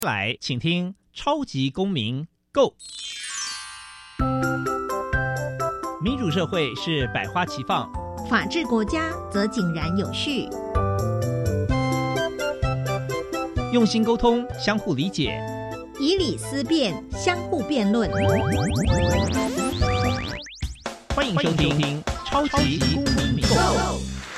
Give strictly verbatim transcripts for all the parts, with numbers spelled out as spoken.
来，请听超级公民 Go。 民主社会是百花齐放， 法治国家则井然有序。 用心沟通，相互理解， 以理思辨，相互辩论。 欢迎收听超级公民 Go。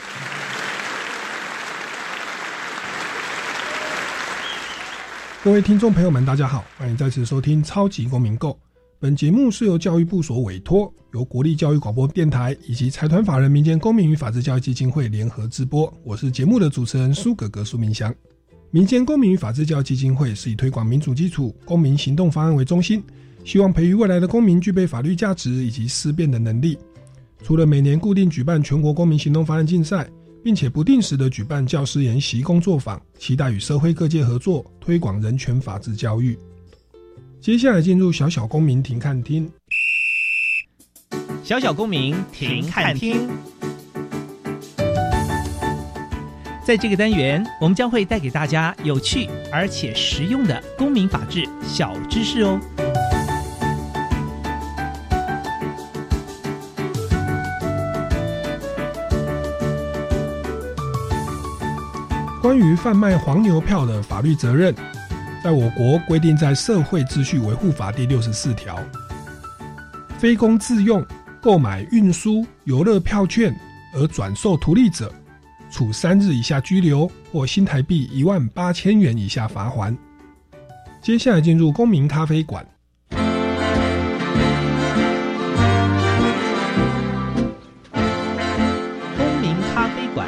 各位听众朋友们大家好，欢迎再次收听超级公民 Go。 本节目是由教育部所委托，由国立教育广播电台以及财团法人民间公民与法治教育基金会联合直播。我是节目的主持人苏格格苏明祥。民间公民与法治教育基金会是以推广民主基础公民行动方案为中心，希望培育未来的公民具备法律价值以及思辨的能力。除了每年固定举办全国公民行动方案竞赛，并且不定时的举办教师研习工作坊，期待与社会各界合作，推广人权法治教育。接下来进入小小公民庭看厅。 小小公民庭看厅，在这个单元，我们将会带给大家有趣而且实用的公民法治小知识哦。 关于贩卖黄牛票的法律责任，在我国规定在《社会秩序维护法》第六十四条，非公自用购买、运输游乐票券而转售图利者，处三日以下拘留或新台币一万八千元以下罚锾。接下来进入公民咖啡馆。 公民咖啡馆，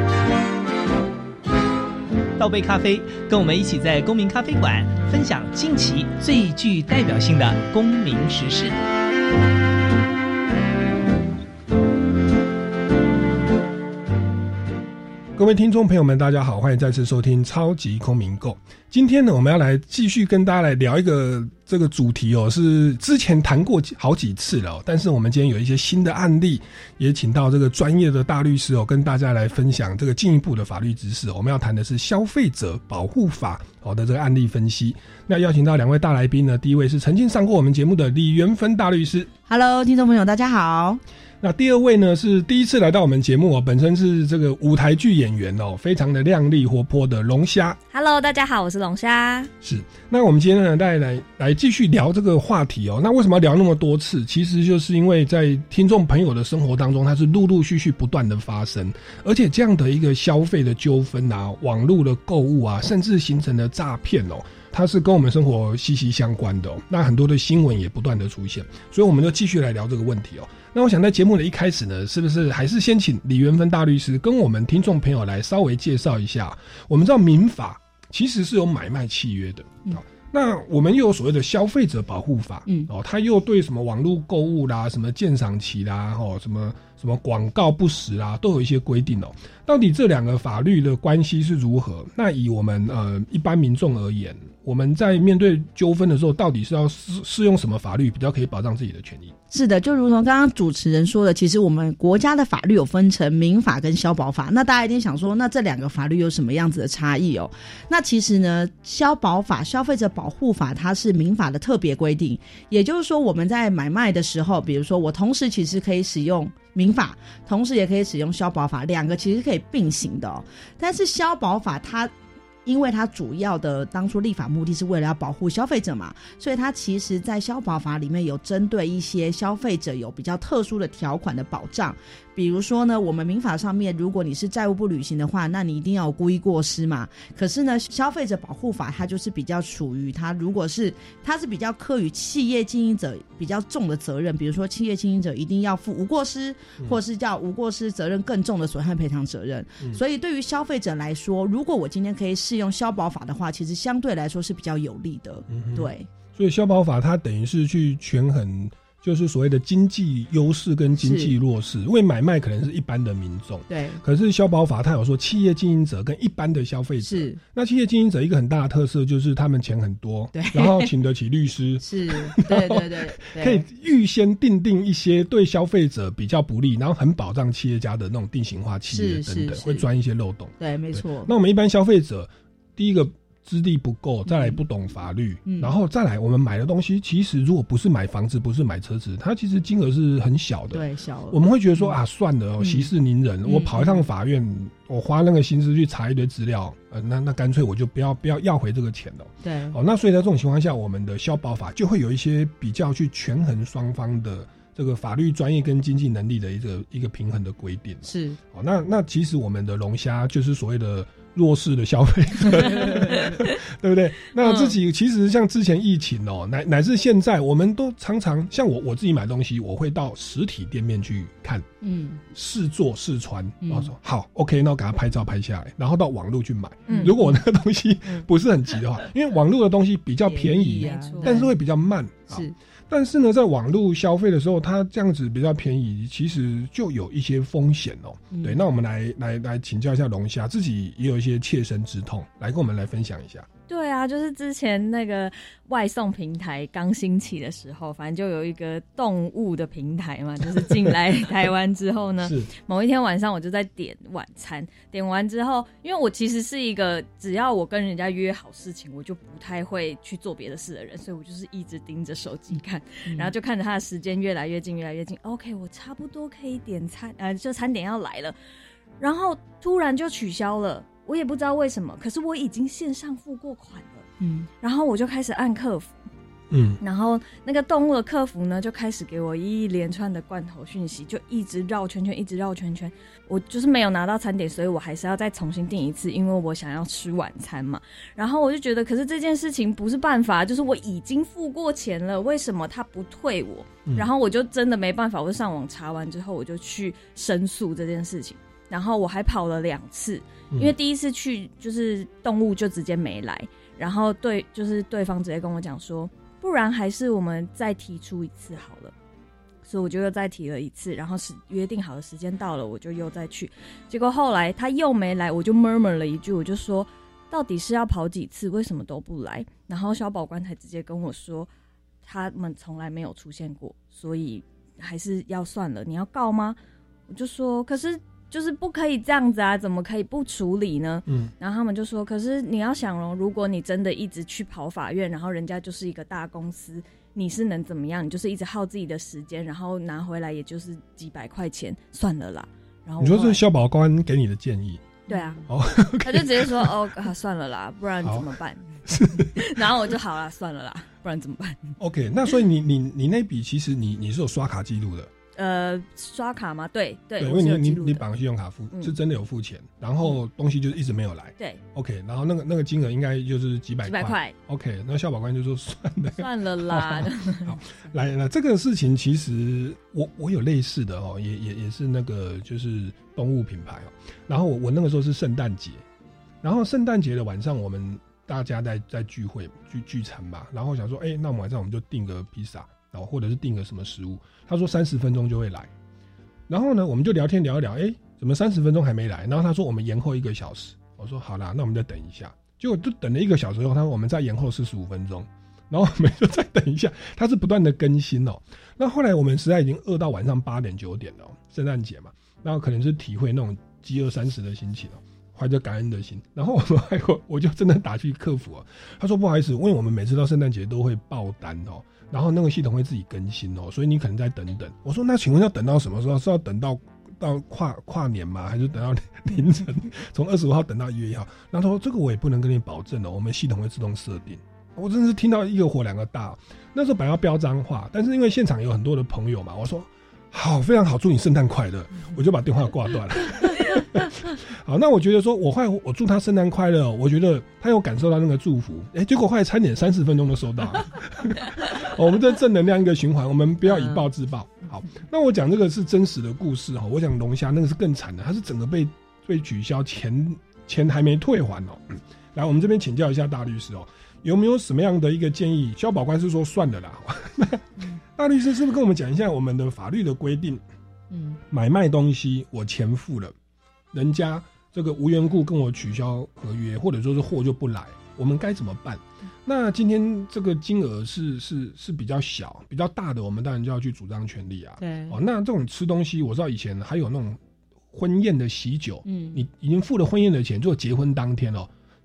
倒杯咖啡，跟我们一起在公民咖啡馆分享近期最具代表性的公民时事。 各位听众朋友们大家好，欢迎再次收听超级公民 Go。 今天呢，我们要来继续跟大家来聊一个这个主题哦，是之前谈过好几次了、哦、但是我们今天有一些新的案例，也请到这个专业的大律师哦，跟大家来分享这个进一步的法律知识。我们要谈的是消费者保护法哦的这个案例分析。那邀请到两位大来宾呢，第一位是曾经上过我们节目的李元芬大律师。 Hello， 听众朋友大家好。 那第二位呢是第一次来到我们节目哦，本身是这个舞台剧演员哦，非常的亮丽活泼的龙虾。 Hello， 大家好，我是龙虾。 是，那我们今天呢，带来来继续聊这个话题哦。那为什么要聊那么多次？其实就是因为在听众朋友的生活当中，它是陆陆续续不断的发生，而且这样的一个消费的纠纷啊，网络的购物啊，甚至形成的诈骗哦。它是跟我们生活息息相关的哦，那很多的新闻也不断的出现，所以我们就继续来聊这个问题哦。那我想在节目的一开始呢，是不是还是先请李元芬大律师跟我们听众朋友来稍微介绍一下。我们知道民法其实是有买卖契约的，嗯，那我们又有所谓的消费者保护法，嗯，哦，它又对什么网络购物啦、什么鉴赏期啦、哦，什么什么广告不实啦，都有一些规定哦。到底这两个法律的关系是如何？那以我们呃一般民众而言，我们在面对纠纷的时候，到底是要适适用什么法律比较可以保障自己的权益？ 是的，就如同刚刚主持人说的，其实我们国家的法律有分成民法跟消保法。那大家一定想说，那这两个法律有什么样子的差异哦？那其实呢，消保法、消费者保护法它是民法的特别规定，也就是说我们在买卖的时候，比如说我同时其实可以使用民法，同时也可以使用消保法，两个其实可以并行的哦。但是消保法它因为它主要的当初立法目的是为了要保护消费者嘛，所以它其实在消保法里面有针对一些消费者有比较特殊的条款的保障。比如说呢，我们民法上面如果你是债务不履行的话，那你一定要有故意过失嘛。可是呢，消费者保护法它就是比较属于它如果是它是比较课于企业经营者比较重的责任，比如说企业经营者一定要负无过失，或是叫无过失责任更重的损害赔偿责任、嗯、所以对于消费者来说，如果我今天可以适用消保法的话，其实相对来说是比较有利的、嗯、对。 所以消保法它等于是去权衡就是所谓的经济优势跟经济弱势，因为买卖可能是一般的民众， 对。 可是消保法它有说企业经营者跟一般的消费者， 是。 那企业经营者一个很大的特色就是他们钱很多，对，然后请得起律师， 是，对对 对, 对， 可以预先订定一些对消费者比较不利，然后很保障企业家的那种定型化契约等等，会钻一些漏洞。 对，没错。 那我们一般消费者，第一个资历不够，再来不懂法律， 嗯、 然后再来我们买的东西，其实如果不是买房子，不是买车子，它其实金额是很小的。 对，小额。 我们会觉得说、嗯、啊，算了哦，息事宁人、嗯。我跑一趟法院、嗯，我花那个心思去查一堆资料，呃，那那干脆我就不要不要要回这个钱了。 对。 哦，那所以在这种情况下，我们的消保法就会有一些比较去权衡双方的这个法律专业跟经济能力的一个一个平衡的规定。 是。 哦，那那其实我们的龙虾就是所谓的弱势的消费者，对不对？那自己其实像之前疫情哦，乃乃至现在，我们都常常像我我自己买东西，我会到实体店面去看，嗯，试做试穿，然后说、嗯、好 OK， 那我给他拍照拍下来，然后到网络去买。嗯、如果我那个东西不是很急的话，嗯、因为网络的东西比较便宜，便宜但是会比较慢。是。但是呢，在网络消费的时候，它这样子比较便宜，其实就有一些风险哦。嗯、对，那我们来来来请教一下龙虾，自己也有一些切身之痛，来跟我们来分享一下。 对啊，就是之前那个外送平台刚兴起的时候，反正就有一个动物的平台嘛，就是进来台湾之后呢，某一天晚上我就在点晚餐，点完之后，因为我其实是一个只要我跟人家约好事情，我就不太会去做别的事的人，所以我就是一直盯着手机看，嗯、然后就看着他的时间越来越近，越来越近。OK， 我差不多可以点餐，呃，就餐点要来了，然后突然就取消了。我也不知道为什么，可是我已经线上付过款了，嗯，然后我就开始按客服，嗯，然后那个动物的客服呢，就开始给我一连串的罐头讯息，就一直绕圈圈，一直绕圈圈。我就是没有拿到餐点，所以我还是要再重新订一次，因为我想要吃晚餐嘛。然后我就觉得，可是这件事情不是办法，就是我已经付过钱了，为什么他不退我？嗯、然后我就真的没办法，我就上网查完之后，我就去申诉这件事情。然后我还跑了两次，因为第一次去就是动物就直接没来，然后对就是对方直接跟我讲说，不然还是我们再提出一次好了，所以我就又再提了一次，然后是约定好的时间到了，我就又再去，结果后来他又没来，我就 murmur 了一句，我就说到底是要跑几次，为什么都不来？然后消保官才直接跟我说，他们从来没有出现过，所以还是要算了，你要告吗？我就说可是就是不可以这样子啊，怎么可以不处理呢？嗯，然后他们就说，可是你要想哦，如果你真的一直去跑法院，然后人家就是一个大公司，你是能怎么样？你就是一直耗自己的时间，然后拿回来也就是几百块钱，算了啦。然后你说这是消保官给你的建议？ 对啊， 哦 okay 他就直接说哦、啊，算了啦，不然怎么办？然后我就好啦，算了啦，不然怎么办 ？OK， 那所以你你你那笔其实你你是有刷卡记录的。 呃，刷卡吗？对对， 对，因为你你你绑信用卡付、嗯、是真的有付钱，然后东西就是一直没有来。 对 ，OK， 然后那个那个金额应该就是几百块。几百块 ，OK， 那消保官就说算了， 算了啦。 好，来了，这个事情其实我我有类似的哦，也也也是那个就是动物品牌哦。然后我我那个时候是圣诞节，然后圣诞节的晚上我们大家在在聚会聚聚餐吧，然后想说，哎、欸，那我们晚上我们就订个披萨。然后或者是订个什么食物，他说三十分钟就会来，然后呢，我们就聊天聊一聊，哎，怎么三十分钟还没来？然后他说我们延后一个小时，我说好啦，那我们再等一下。结果就等了一个小时后，他说我们再延后四十五分钟，然后我们就再等一下，他是不断的更新哦。那后来我们实在已经饿到晚上八点九点了、哦，圣诞节嘛，然后可能是体会那种饥饿三十的心情哦。怀着感恩的心，然后我们还有我就真的打去客服哦，他说不好意思，因为我们每次到圣诞节都会爆单哦，然后那个系统会自己更新哦，所以你可能再等等。我说那请问要等到什么时候？是要等到到跨跨年吗？还是等到凌晨？从二十五号等到一月一号？然后他说这个我也不能跟你保证哦，我们系统会自动设定。我真的是听到一个火两个大，那时候本来要飙脏话，但是因为现场有很多的朋友嘛，我说好，非常好，祝你圣诞快乐，我就把电话挂断了。好，那我觉得说我后来我祝他圣诞快乐，我觉得他有感受到那个祝福，哎、欸，结果后来餐点三十分钟都收到了。我们这正能量一个循环，我们不要以暴制暴。好，那我讲这个是真实的故事哈，我讲龙虾那个是更惨的，它是整个被被取消，钱钱还没退还哦、嗯。来，我们这边请教一下大律师哦，有没有什么样的一个建议？消保官是说算了啦。大律师是不是跟我们讲一下我们的法律的规定？嗯，买卖东西我钱付了，人家这个无缘故跟我取消合约，或者说是货就不来，我们该怎么办？那今天这个金额是是是比较小，比较大的，我们当然就要去主张权利啊。对，哦，那这种吃东西，我知道以前还有那种婚宴的喜酒，嗯，你已经付了婚宴的钱，就结婚当天哦，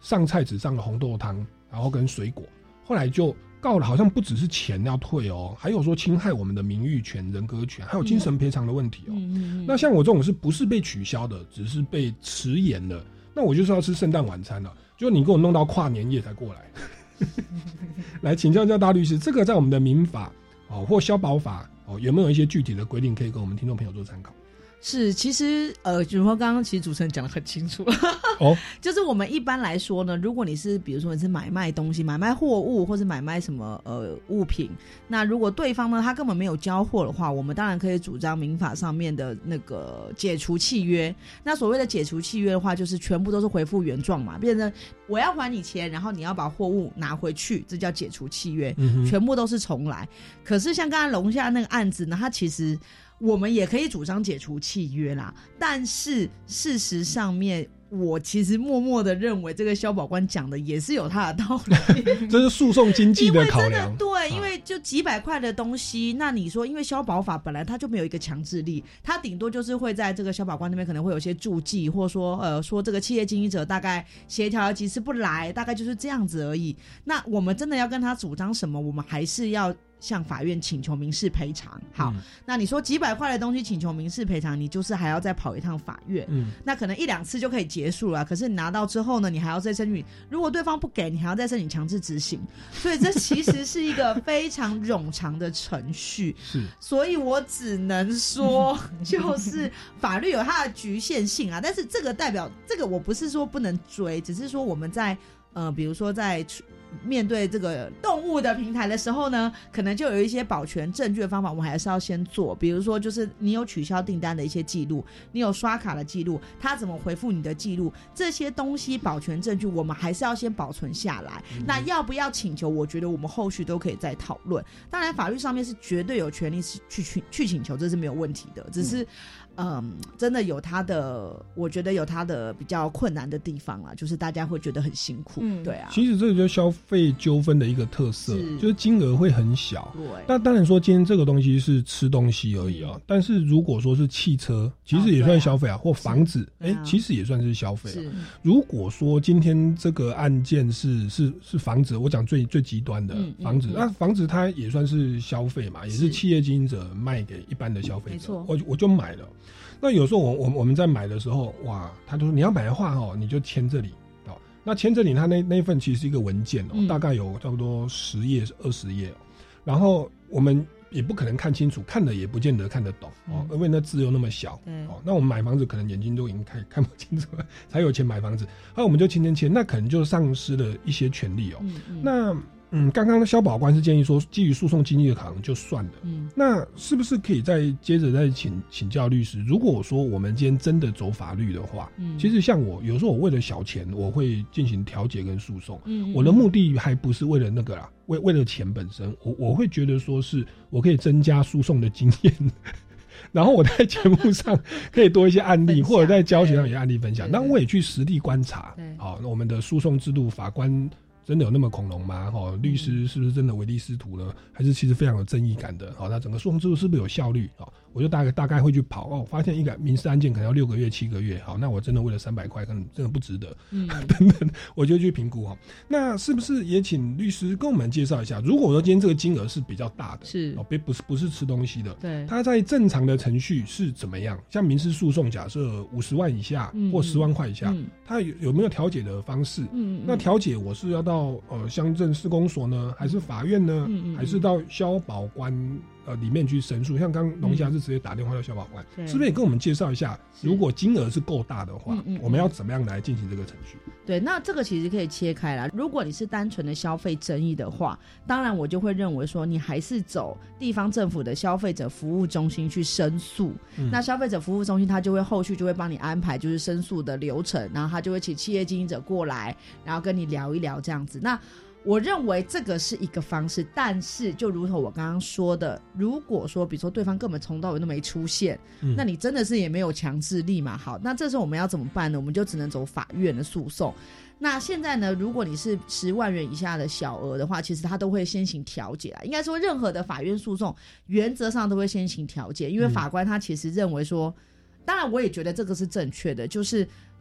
上菜只上了红豆汤，然后跟水果，后来就告了，好像不只是钱要退哦，还有说侵害我们的名誉权、人格权，还有精神赔偿的问题哦。嗯嗯嗯、那像我这种是不是被取消的，只是被迟延了，那我就是要吃圣诞晚餐了，就你给我弄到跨年夜才过来。来请教一下大律师，这个在我们的民法哦或消保法哦有没有一些具体的规定可以跟我们听众朋友做参考？ 是，其实呃，比如说刚刚其实主持人讲得很清楚哦，就是我们一般来说呢，如果你是比如说你是买卖东西、买卖货物或是买卖什么呃物品，那如果对方呢他根本没有交货的话，我们当然可以主张民法上面的那个解除契约。那所谓的解除契约的话，就是全部都是恢复原状嘛，变成我要还你钱，然后你要把货物拿回去，这叫解除契约，嗯、全部都是重来。可是像刚才龙虾那个案子呢，它其实我们也可以主张解除契约啦，但是事实上面我其实默默的认为这个消保官讲的也是有他的道理。 这是诉讼经济的考量。 对，因为就几百块的东西，那你说因为消保法本来它就没有一个强制力，它顶多就是会在这个消保官那边可能会有些注记，或者说呃说这个企业经营者大概协调了几次不来，大概就是这样子而已。那我们真的要跟他主张什么，我们还是要向法院请求民事赔偿。好、嗯、那你说几百块的东西请求民事赔偿，你就是还要再跑一趟法院，嗯，那可能一两次就可以结束了，可是你拿到之后呢，你还要再申请，如果对方不给你还要再申请强制执行，所以这其实是一个非常冗长的程序。是，所以我只能说就是法律有它的局限性啊，但是这个代表这个我不是说不能追，只是说我们在呃比如说在面对这个动物的平台的时候呢，可能就有一些保全证据的方法，我们还是要先做。比如说就是你有取消订单的一些记录，你有刷卡的记录，他怎么回复你的记录，这些东西保全证据我们还是要先保存下来、嗯、那要不要请求，我觉得我们后续都可以再讨论。当然法律上面是绝对有权利去去去请求，这是没有问题的，只是嗯，真的有他的，我觉得有他的比较困难的地方啦，就是大家会觉得很辛苦、嗯、对啊。 其实这个就是消费纠纷的一个特色，是就是金额会很小。对，那当然说今天这个东西是吃东西而已啊、嗯，但是如果说是汽车，其实也算消费啊，啊或房子，哎、欸，其实也算是消费、啊。是，如果说今天这个案件是是是房子，我讲最最极端的房子，嗯嗯、那房子它也算是消费嘛，也是企业经营者卖给一般的消费者，没错，我我就买了。那有时候我我我们在买的时候，哇，他就说你要买的话哦，你就签这里哦。那签这里，他那那一份其实是一个文件哦，嗯、大概有差不多十页、二十页哦。然后我们也不可能看清楚，看了也不见得看得懂哦，嗯、因为那字又那么小哦。那我们买房子可能眼睛都已经看看不清楚了，才有钱买房子。那我们就签签签，那可能就丧失了一些权利哦。嗯嗯那。嗯，刚刚的消保官是建议说，基于诉讼经济的考量就算了。嗯，那是不是可以再接着再请请教律师？如果说我们今天真的走法律的话，嗯，其实像我有时候我为了小钱，我会进行调解跟诉讼。嗯，我的目的还不是为了那个啦，为为了钱本身，我我会觉得说是我可以增加诉讼的经验。然后我在节目上可以多一些案例，或者在教学上有些案例分享。那我也去实地观察，好，那我们的诉讼制度，法官真的有那么恐龙吗？哦，律师是不是真的唯利是图呢？还是其实非常有正义感的？好，那整个诉讼制度是不是有效率？好，我就大概大概会去跑哦，发现一个民事案件可能要六个月、七个月，好，那我真的为了三百块，可能真的不值得，嗯，等等，我就去评估哈。那是不是也请律师跟我们介绍一下？如果说今天这个金额是比较大的，是哦，别不是不是吃东西的，对，它在正常的程序是怎么样？像民事诉讼，假设五十万以下、嗯、或十万块以下，嗯、它有有没有调解的方式？嗯，那调解我是要到呃乡镇市公所呢，还是法院呢？嗯嗯，还是到消保官呃里面去申诉？像刚龙虾是直接打电话到消保官，嗯、是不是也跟我们介绍一下？如果金额是够大的话，嗯嗯嗯，我们要怎么样来进行这个程序？ 对，那这个其实可以切开啦。如果你是单纯的消费争议的话，当然我就会认为说，你还是走地方政府的消费者服务中心去申诉。嗯、那消费者服务中心他就会后续就会帮你安排就是申诉的流程，然后他就会请企业经营者过来，然后跟你聊一聊这样子。那我认为这个是一个方式，但是就如同我刚刚说的，如果说比如说对方根本从头到尾都没出现、嗯、那你真的是也没有强制力嘛。好，那这时候我们要怎么办呢？我们就只能走法院的诉讼。那现在呢，如果你是十万元以下的小额的话，其实他都会先行调解啦。应该说任何的法院诉讼原则上都会先行调解，因为法官他其实认为说、嗯、当然我也觉得这个是正确的，就是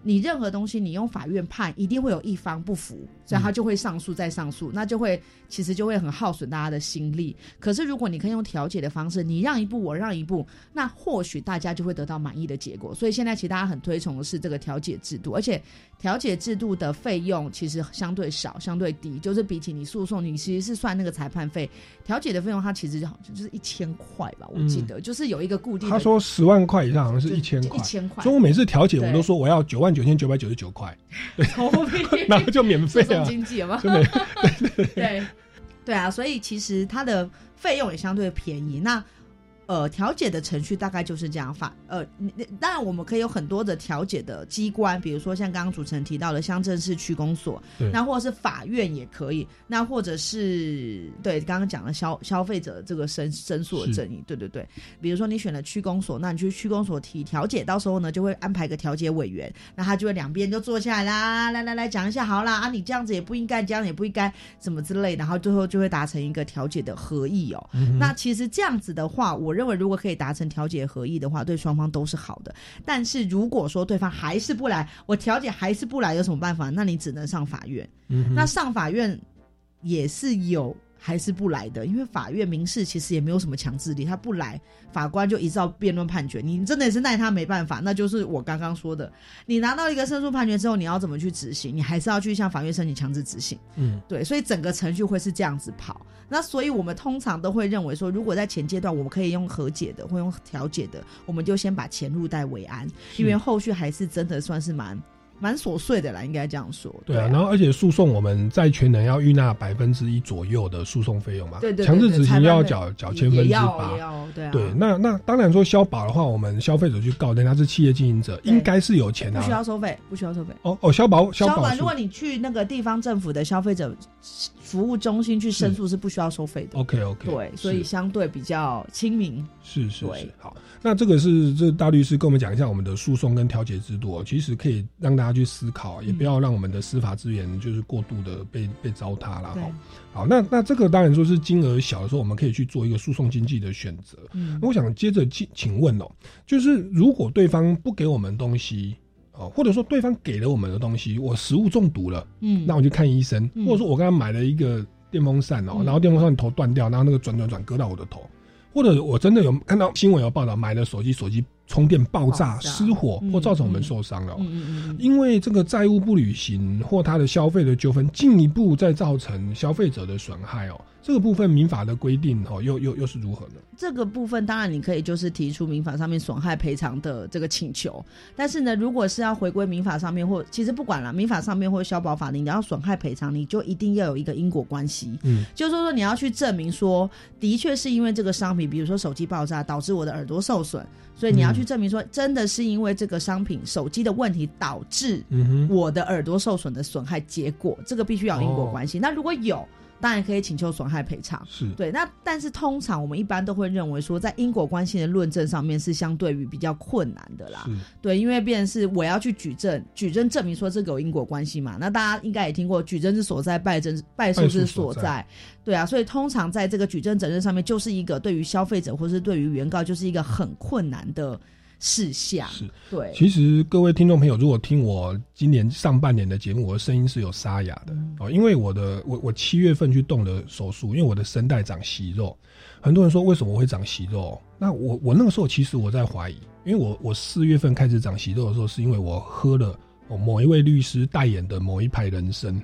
你任何东西你用法院判，一定会有一方不服，所以他就会上诉再上诉，那就会其实就会很耗损大家的心力。可是如果你可以用调解的方式，你让一步我让一步，那或许大家就会得到满意的结果。所以现在其实大家很推崇的是这个调解制度，而且调解制度的费用其实相对少相对低，就是比起你诉讼你其实是算那个裁判费，调解的费用它其实就好像就是一千块吧，我记得、嗯、就是有一个固定的， 他说十万块以上好像是一千块， 一千块， 所以我每次调解我都说我要九万九千九百九十九块，然后就免费啊， 经济有吗？ 就免对对对对啊，所以其实它的费用也相对便宜。那呃，调解的程序大概就是这样法。呃，当然我们可以有很多的调解的机关，比如说像刚刚主持人提到的乡镇市区公所，那或者是法院也可以，那或者是对刚刚讲的消消费者这个申申诉的正义，对对对。比如说你选了区公所，那你去区公所提调解，到时候呢就会安排个调解委员，那他就会两边就坐下来啦，来来来讲一下，好啦啊，你这样子也不应该，这样也不应该，什么之类的，然后最后就会达成一个调解的合议哦。嗯、那其实这样子的话，我认为如果可以达成调解合议的话，对双方都是好的。但是如果说对方还是不来，我调解还是不来，有什么办法？那你只能上法院。嗯、那上法院也是有还是不来的，因为法院民事其实也没有什么强制力，他不来，法官就依照辩论判决，你真的也是奈他没办法。那就是我刚刚说的，你拿到一个胜诉判决之后，你要怎么去执行？你还是要去向法院申请强制执行。嗯，对，所以整个程序会是这样子跑。那所以我们通常都会认为说，如果在前阶段我们可以用和解的或用调解的，我们就先把钱入袋为安，因为后续还是真的算是蛮蛮琐碎的啦，应该这样说。 对 啊, 对啊，然后而且诉讼我们债权人要预纳百分之一左右的诉讼费用嘛， 对对对， 强制执行要缴缴千分之八， 对啊。 对，那那当然说消保的话，我们消费者去告，人家是企业经营者，应该是有钱啊， 不需要收费，不需要收费。 哦哦，消保消保， 如果你去那个地方政府的消费者服务中心去申诉是不需要收费的。 OK OK， 对，所以相对比较亲民。 是是是，好，那这个是这大律师跟我们讲一下我们的诉讼跟调解制度、哦，其实可以让大家去思考，也不要让我们的司法资源就是过度的被被糟蹋了哈。好，那那这个当然说是金额小的时候，我们可以去做一个诉讼经济的选择。嗯，我想接着请问哦，就是如果对方不给我们东西。哦，或者说对方给了我们的东西，我食物中毒了，嗯，那我就看医生，嗯、或者说我刚刚买了一个电风扇哦，嗯、然后电风扇头断掉，然后那个转转转割到我的头，或者我真的有看到新闻有报道，买了手机，手机充电爆炸、失火，或造成我们受伤了、哦嗯嗯嗯，因为这个债务不履行或他的消费的纠纷，进一步再造成消费者的损害哦。这个部分民法的规定哦，又又又是如何呢？ 这个部分当然你可以就是提出民法上面损害赔偿的这个请求，但是呢，如果是要回归民法上面，或其实不管了，民法上面或消保法，你要损害赔偿，你就一定要有一个因果关系。嗯，就是说你要去证明说，的确是因为这个商品，比如说手机爆炸导致我的耳朵受损，所以你要去证明说，真的是因为这个商品手机的问题导致我的耳朵受损的损害结果，这个必须要有因果关系。哦、那如果有。当然可以请求损害赔偿， 是对。那但是通常我们一般都会认为说，在因果关系的论证上面是相对于比较困难的啦。对，因为变成是我要去举证，举证证明说这个有因果关系嘛。那大家应该也听过，举证之所在，败证败诉之所在。所在对啊，所以通常在这个举证责任上面，就是一个对于消费者或是对于原告，就是一个很困难的事项。是，对。 其实各位听众朋友，如果听我今年上半年的节目，我的声音是有沙哑的、嗯、哦，因为我的我我七月份去动了手术，因为我的声带长息肉。很多人说为什么我会长息肉？那我我那个时候其实我在怀疑，因为我我四月份开始长息肉的时候，是因为我喝了、哦、某一位律师代言的某一排人参，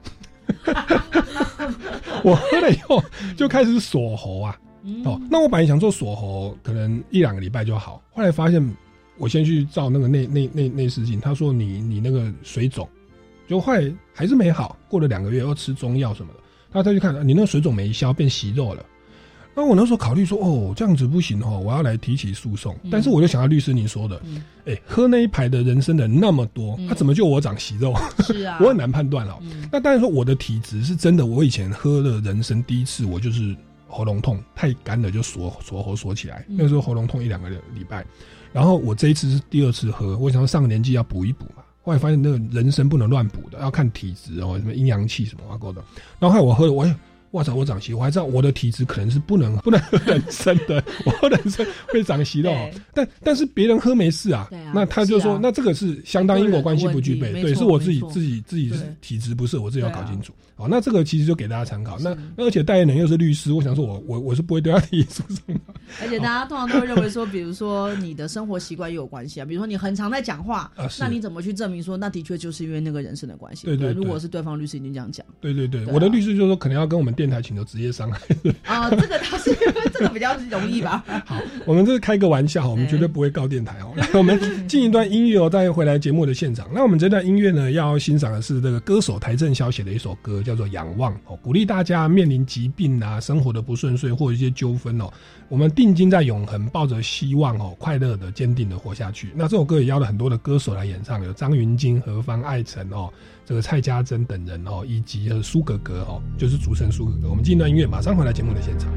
我喝了以后就开始锁喉啊。哦，那我本来想做锁喉，可能一两个礼拜就好，后来发现。我先去照那个内内内内视镜，他说你你那个水肿，就后来还是没好，过了两个月又吃中药什么的，他再去看你那个水肿没消，变息肉了。那我那时候考虑说，哦，这样子不行哦，我要来提起诉讼、嗯。但是我就想到律师你说的，哎、嗯欸，喝那一排的人参的人那么多，他、嗯、怎么就我长息肉？是啊，我很难判断哦、嗯。那当然说我的体质是真的，我以前喝了人参第一次我就是喉咙痛，太干了就锁锁喉锁起来，那时候喉咙痛一两个礼拜。然后我这一次是第二次喝，我想上年纪要补一补嘛。后来发现那个人参不能乱补的，要看体质哦，什么阴阳气什么挖沟的。然后后来我喝了，我哇塞，我长息肉，我还知道我的体质可能是不能不能喝人参的，我喝人参会长息肉，但但是别人喝没事啊，啊那他就说、啊、那这个是相当因果关系不具备，对，是我自己自己自己体质不是，我自己要搞清楚。好，那这个其实就给大家参考。那而且代言人又是律师，我想说我我我是不会对他提诉讼的。 而且大家通常都会认为说，比如说你的生活习惯也有关系啊，比如说你很常在讲话、啊，那你怎么去证明说那的确就是因为那个人生的关系？对 对, 对，如果是对方律师已经这样讲， 对对 对, 对、啊，我的律师就说可能要跟我们电台请求职业伤害。 啊、哦，这个倒是这个比较容易吧。 好，我们这是开个玩笑，我们绝对不会告电台哦。来，我们进一段音乐哦，再回来节目的现场。那我们这段音乐呢，要欣赏的是这个歌手邰正宵写的一首歌，叫做《仰望》哦，鼓励大家面临疾病啊、生活的不顺遂或者一些纠纷哦，我们定睛在永恒，抱着希望哦，快乐的、坚定的活下去。那这首歌也邀了很多的歌手来演唱，有张芸京、何方、艾辰哦。这个蔡家珍等人哦，以及苏格格哦，就是主持人苏格格。我们进一段音乐，马上回来节目的现场。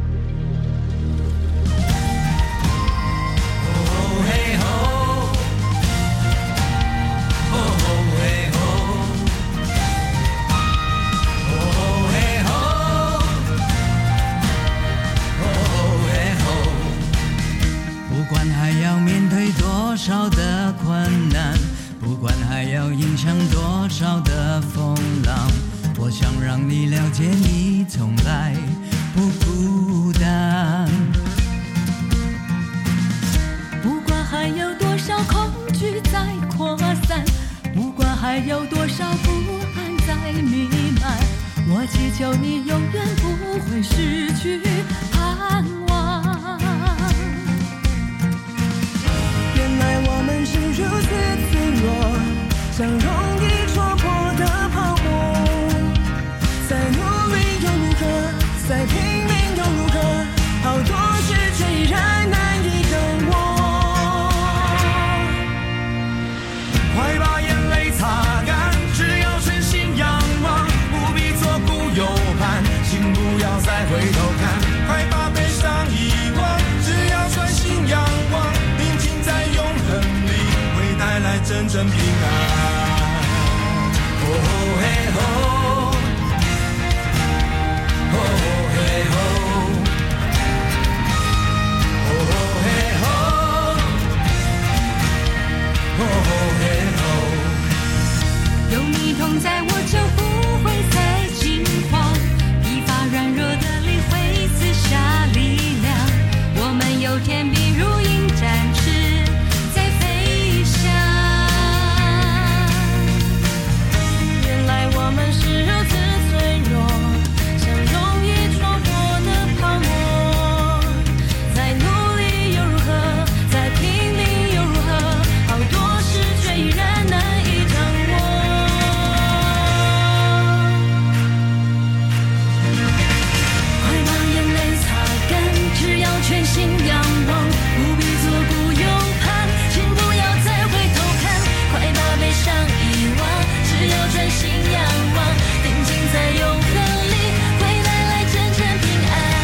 不管还要面对多少的困难，不管还要迎向多少的风浪，我想让你了解你从来不孤单。 不管还有多少恐惧在扩散，不管还有多少不安在弥漫，我祈求你永远不会失去盼望。原来我们是如此脆弱，像容易戳破的泡沫，再努力又如何，再拼命又如何，好多事却依然难以等我。快把眼泪擦干，只要全心仰望，不必左顾右盼，请不要再回头看，快把悲伤遗忘，只要专心仰望，宁静在永恒里会带来真正平安。哦嘿吼，哦嘿吼，哦嘿吼，哦嘿吼，有你同在我就不会再惊慌，疲乏软弱的灵会赐下力量，我们有天必如鹰展翅在飞翔。原来我们是如此脆弱，像容易戳破的泡沫，再努力又如何，再拼命又如何，好多事却依然难以掌握。快把眼泪擦干，只要全心仰望，不必左顾右盼，请不要再回头看，快把悲伤遗忘，只要专心仰望，定睛在永恒里会带来真正平安。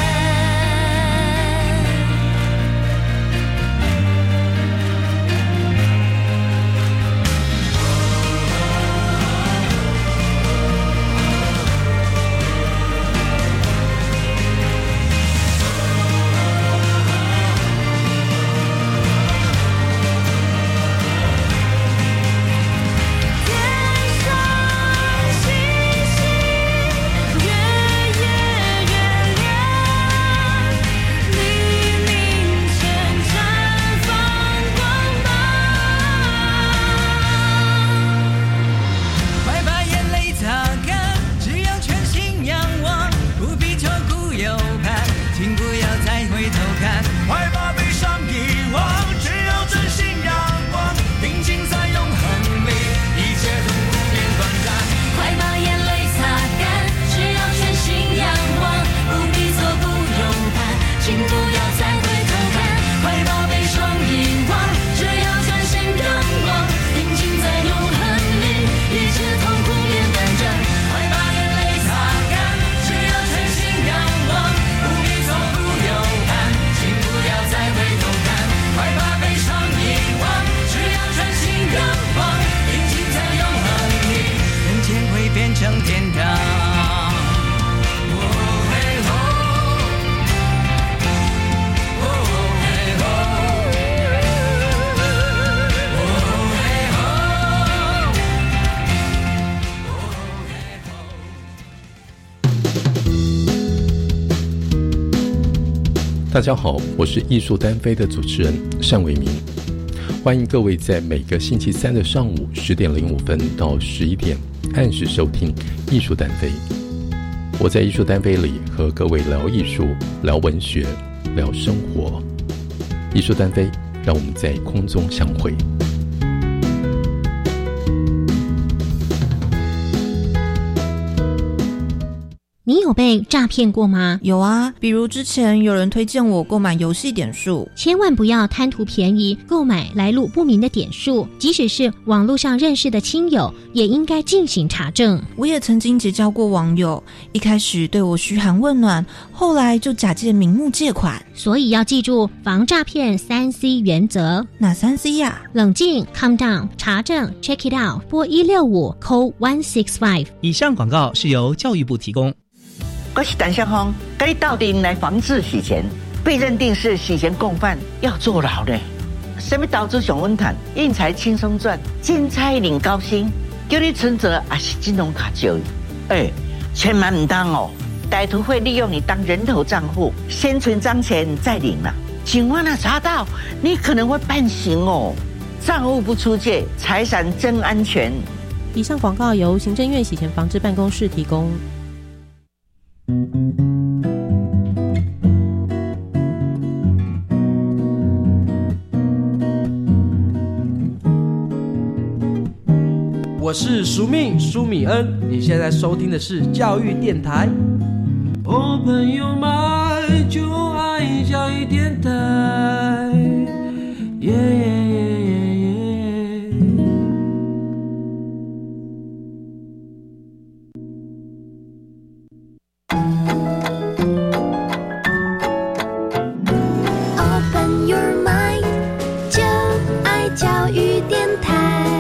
天上星星越夜越亮，黎明前绽放光芒。 快把眼泪擦干，只要全心仰望，不必左顾右盼，请不要再回头看， 快把悲伤遗忘，只要专心仰望，定睛在永恒里，一切痛苦变短暂。快把眼泪擦干，只要全心仰望，不必左顾右盼，请不要再回头看，快把悲伤遗忘，只要专心仰望，定睛在永恒里，一切痛苦变短暂。快把眼泪擦干，只要全心仰望， 大家好，我是艺术单飞的主持人单维明，欢迎各位在每个星期三的上午十点零五分到十一点按时收听艺术单飞。我在艺术单飞里和各位聊艺术、聊文学、聊生活。艺术单飞，让我们在空中相会。 你有被诈骗过吗？ 有啊，比如之前有人推荐我购买游戏点数， 千万不要贪图便宜购买来路不明的点数，即使是网络上认识的亲友，也应该进行查证。 我也曾经结交过网友，一开始对我嘘寒问暖，后来就假借名目借款。 所以要记住防诈骗三 C 原则。 哪三 C 呀、啊？ 冷静 calm down， 查证 check it out， 拨一六五 call one six five。 以上广告是由教育部提供。 我是陈小峰，跟你到底来防治洗钱，被认定是洗钱共犯，要坐牢呢。什么投资上稳赚，运财轻松赚，精彩领高薪，叫你存折也是金融卡交易。哎，千万唔当哦，歹徒会利用你当人头账户，先存张钱再领了。警方啊查到，你可能会判刑哦。账户不出借，财产真安全。 以上广告由行政院洗钱防治办公室提供。 我是苏命苏米恩，你现在收听的是教育电台。哦，朋友们就爱教育电台，耶耶耶耶耶。 Open your mind， 就爱教育电台。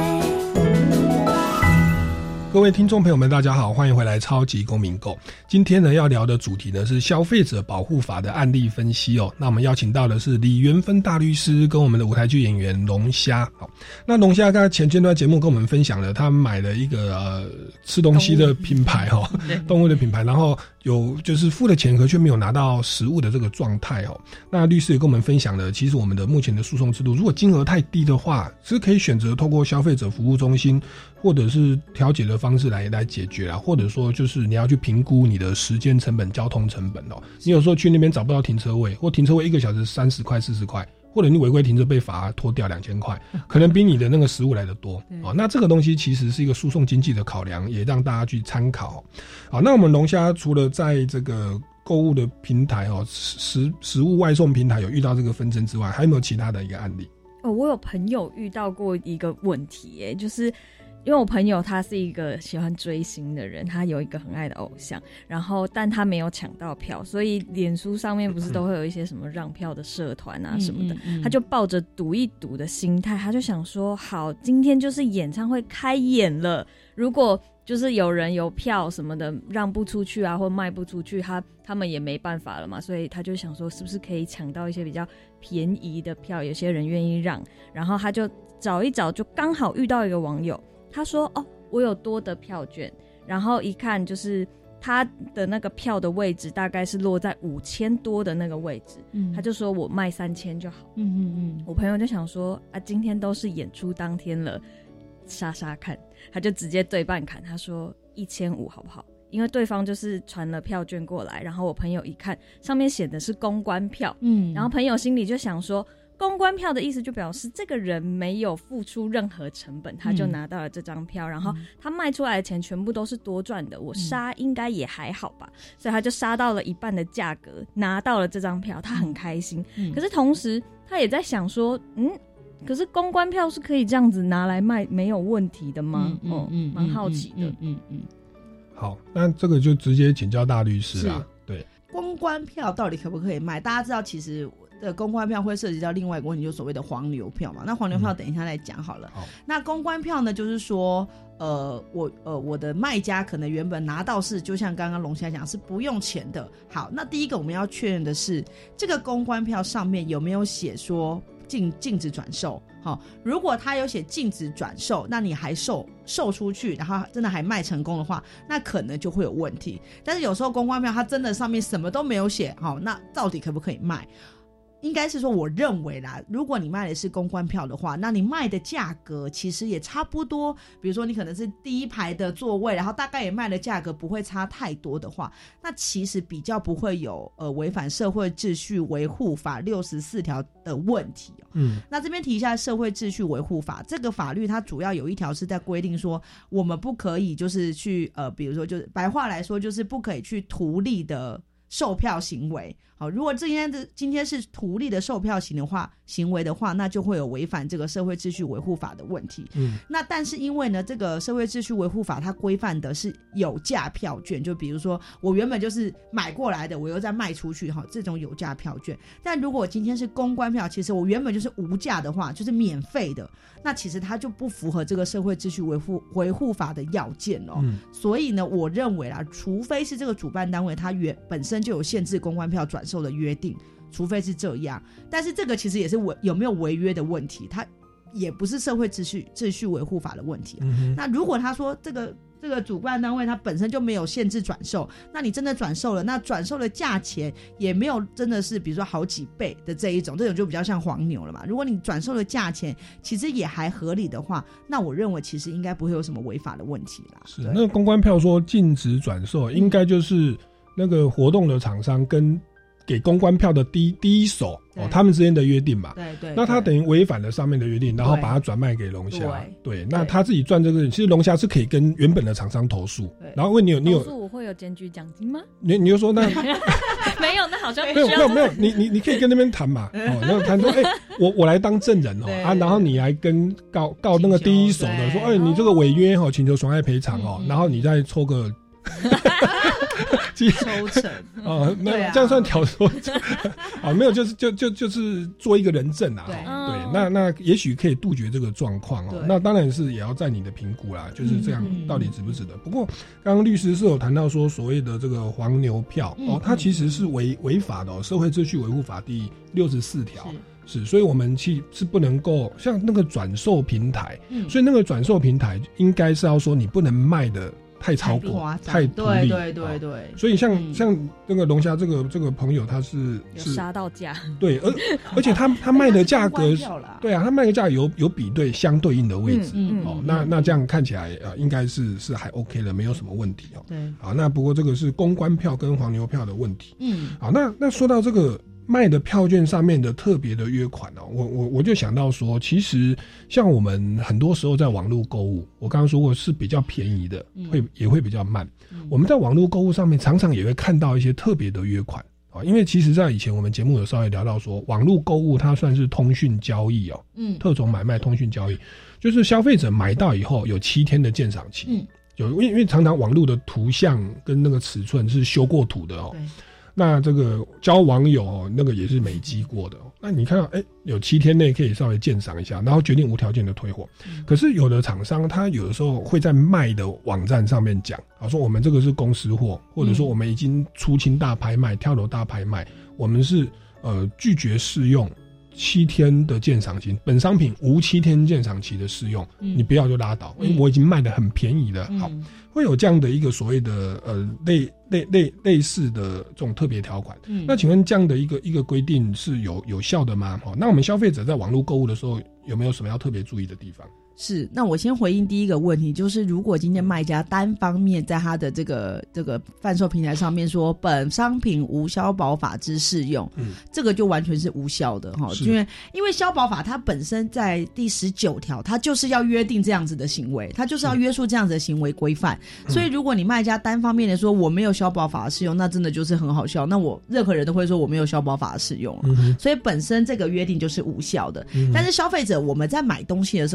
各位听众朋友们大家好，欢迎回来超级公民购。今天呢要聊的主题呢是消费者保护法的案例分析哦。那我们邀请到的是李元芬大律师跟我们的舞台剧演员龙虾。好，那龙虾刚才前阶段节目跟我们分享了他买了一个呃吃东西的品牌哦，动物的品牌，然后有就是付了钱可却没有拿到实物的这个状态哦。那律师也跟我们分享了，其实我们的目前的诉讼制度，如果金额太低的话，是可以选择透过消费者服务中心或者是调解的方式来来解决啊，或者说就是你要去评估你的时间成本、交通成本哦。你有时候去那边找不到停车位，或停车位一个小时三十块、四十块，或者你违规停车被罚拖掉两千块，可能比你的那个实物来得多哦。那这个东西其实是一个诉讼经济的考量，也让大家去参考。好，那我们龙虾除了在这个购物的平台哦，食食物外送平台有遇到这个纷争之外，还有没有其他的一个案例？ 哦，我有朋友遇到过一个问题耶，就是因为我朋友他是一个喜欢追星的人，他有一个很爱的偶像，然后但他没有抢到票，所以脸书上面不是都会有一些什么让票的社团啊什么的，嗯嗯嗯，他就抱着赌一赌的心态，他就想说好，今天就是演唱会开演了，如果就是有人有票什么的让不出去啊或卖不出去，他他们也没办法了嘛，所以他就想说是不是可以抢到一些比较便宜的票，有些人愿意让，然后他就找一找，就刚好遇到一个网友，他说哦我有多的票券，然后一看就是他的那个票的位置大概是落在五千多的那个位置，嗯，他就说我卖三千就好，嗯嗯嗯，我朋友就想说啊今天都是演出当天了，杀杀看，他就直接对半砍，他说一千五好不好？因为对方就是传了票券过来，然后我朋友一看上面写的是公关票，嗯，然后朋友心里就想说公关票的意思就表示这个人没有付出任何成本，他就拿到了这张票，嗯，然后他卖出来的钱全部都是多赚的，我杀应该也还好吧，嗯，所以他就杀到了一半的价格拿到了这张票，他很开心，嗯，可是同时他也在想说嗯可是公关票是可以这样子拿来卖没有问题的吗？嗯嗯，蛮，嗯，好奇的。嗯 嗯, 嗯好，那这个就直接请教大律师啦。对， 公关票到底可不可以卖？大家知道，其实的公关票会涉及到另外一个问题，就是所谓的黄牛票嘛。那黄牛票等一下再讲好了。嗯，那公关票呢，就是说，呃，我呃我的卖家可能原本拿到是，就像刚刚龙虾讲是不用钱的。好，那第一个我们要确认的是，这个公关票上面有没有写说禁禁止转售。好，如果他有写禁止转售，那你还售售出去，然后真的还卖成功的话，那可能就会有问题。但是有时候公关票它真的上面什么都没有写，好，那到底可不可以卖？应该是说我认为啦，如果你卖的是公关票的话，那你卖的价格其实也差不多，比如说你可能是第一排的座位，然后大概也卖的价格不会差太多的话，那其实比较不会有呃违反社会秩序维护法六十四条的问题、哦、嗯，那这边提一下社会秩序维护法，这个法律它主要有一条是在规定说我们不可以就是去呃比如说就是白话来说就是不可以去图利的售票行为。好，如果今天的今天是图利的售票行的话行为的话，那就会有违反这个社会秩序维护法的问题。嗯，那但是因为呢，这个社会秩序维护法它规范的是有价票券，就比如说我原本就是买过来的，我又再卖出去，哈，这种有价票券。但如果我今天是公关票，其实我原本就是无价的话，就是免费的，那其实它就不符合这个社会秩序维护维护法的要件哦。嗯，所以呢，我认为啦，除非是这个主办单位它原本身就有限制公关票转售的约定，除非是这样，但是这个其实也是违有没有违约的问题，它也不是社会秩序秩序维护法的问题、啊嗯、那如果他说这个这个主办单位它本身就没有限制转售，那你真的转售了，那转售的价钱也没有真的是比如说好几倍的这一种，这种就比较像黄牛了嘛。如果你转售的价钱其实也还合理的话，那我认为其实应该不会有什么违法的问题啦。 是那个公关票说禁止转售，应该就是那个活动的厂商跟给公关票的第一第一手哦，他们之间的约定嘛， 对对， 那他等于违反了上面的约定，然后把它转卖给龙虾，对，对，那他自己赚这个，其实龙虾是可以跟原本的厂商投诉，然后问你有你有投诉我会有检举奖金吗？ 你你就说那没有，那好像没有没有没有，你你你可以跟那边谈嘛，哦，然后谈说，哎、欸，我我来当证人哦啊，然后你来跟告告那个第一手的说，哎、欸，你这个违约哦，请求损害赔偿哦，嗯、然后你再抽个。 抽成啊，那、啊、这样算挑唆啊？没有，就是就就就是做一个人证啊。对，对，那那也许可以杜绝这个状况哦。那当然是也要在你的评估啦，就是这样到底值不值得。嗯、不过刚刚律师是有谈到说，所谓的这个黄牛票、嗯、哦，它其实是违违法的哦，《社会秩序维护法》第六十四条。是，所以我们去是不能够像那个转售平台、嗯，所以那个转售平台应该是要说你不能卖的太超过、太图利， 对对对对、哦。 所以像、嗯、像那个龙虾这个这个朋友，他是有杀到价， 对，而而且他他卖的价格，对啊，他卖的价格有有比对相对应的位置，嗯嗯、哦，嗯、那那这样看起来呃应该是是还 OK 了，没有什么问题哦。对，好，那不过这个是公关票跟黄牛票的问题，嗯，好，那那说到这个。卖的票券上面的特别的约款哦，我我我就想到说，其实像我们很多时候在网络购物，我刚刚说过是比较便宜的，会也会比较慢。嗯、我们在网络购物上面常常也会看到一些特别的约款啊，因为其实在以前我们节目有稍微聊到说，网络购物它算是通讯交易哦，嗯，特种买卖通讯交易，就是消费者买到以后有七天的鉴赏期，嗯，有因为因为常常网络的图像跟那个尺寸是修过图的哦。那这个交网友、哦、那个也是美肌过的、哦，那你看到哎，有七天内可以稍微鉴赏一下，然后决定无条件的退货。嗯、可是有的厂商他有的时候会在卖的网站上面讲，啊，说我们这个是公司货，或者说我们已经出清大拍卖、跳楼大拍卖，我们是呃拒绝适用七天的鉴赏期，本商品无七天鉴赏期的适用，嗯、你不要就拉倒，因为我已经卖得很便宜了。嗯、好。会有这样的一个所谓的呃类类类类似的这种特别条款，嗯，那请问这样的一个一个规定是有有效的吗？好，那我们消费者在网络购物的时候有没有什么要特别注意的地方？ 是，那我先回应第一个问题，就是如果今天卖家单方面在他的这个这个贩售平台上面说本商品无消保法之适用，嗯，这个就完全是无效的哈，因为因为消保法它本身在第十九条，它就是要约定这样子的行为，它就是要约束这样子的行为规范，嗯、所以如果你卖家单方面的说我没有消保法的适用，那真的就是很好笑，那我任何人都会说我没有消保法的适用了，嗯、所以本身这个约定就是无效的。嗯、但是消费者我们在买东西的时候，尤其是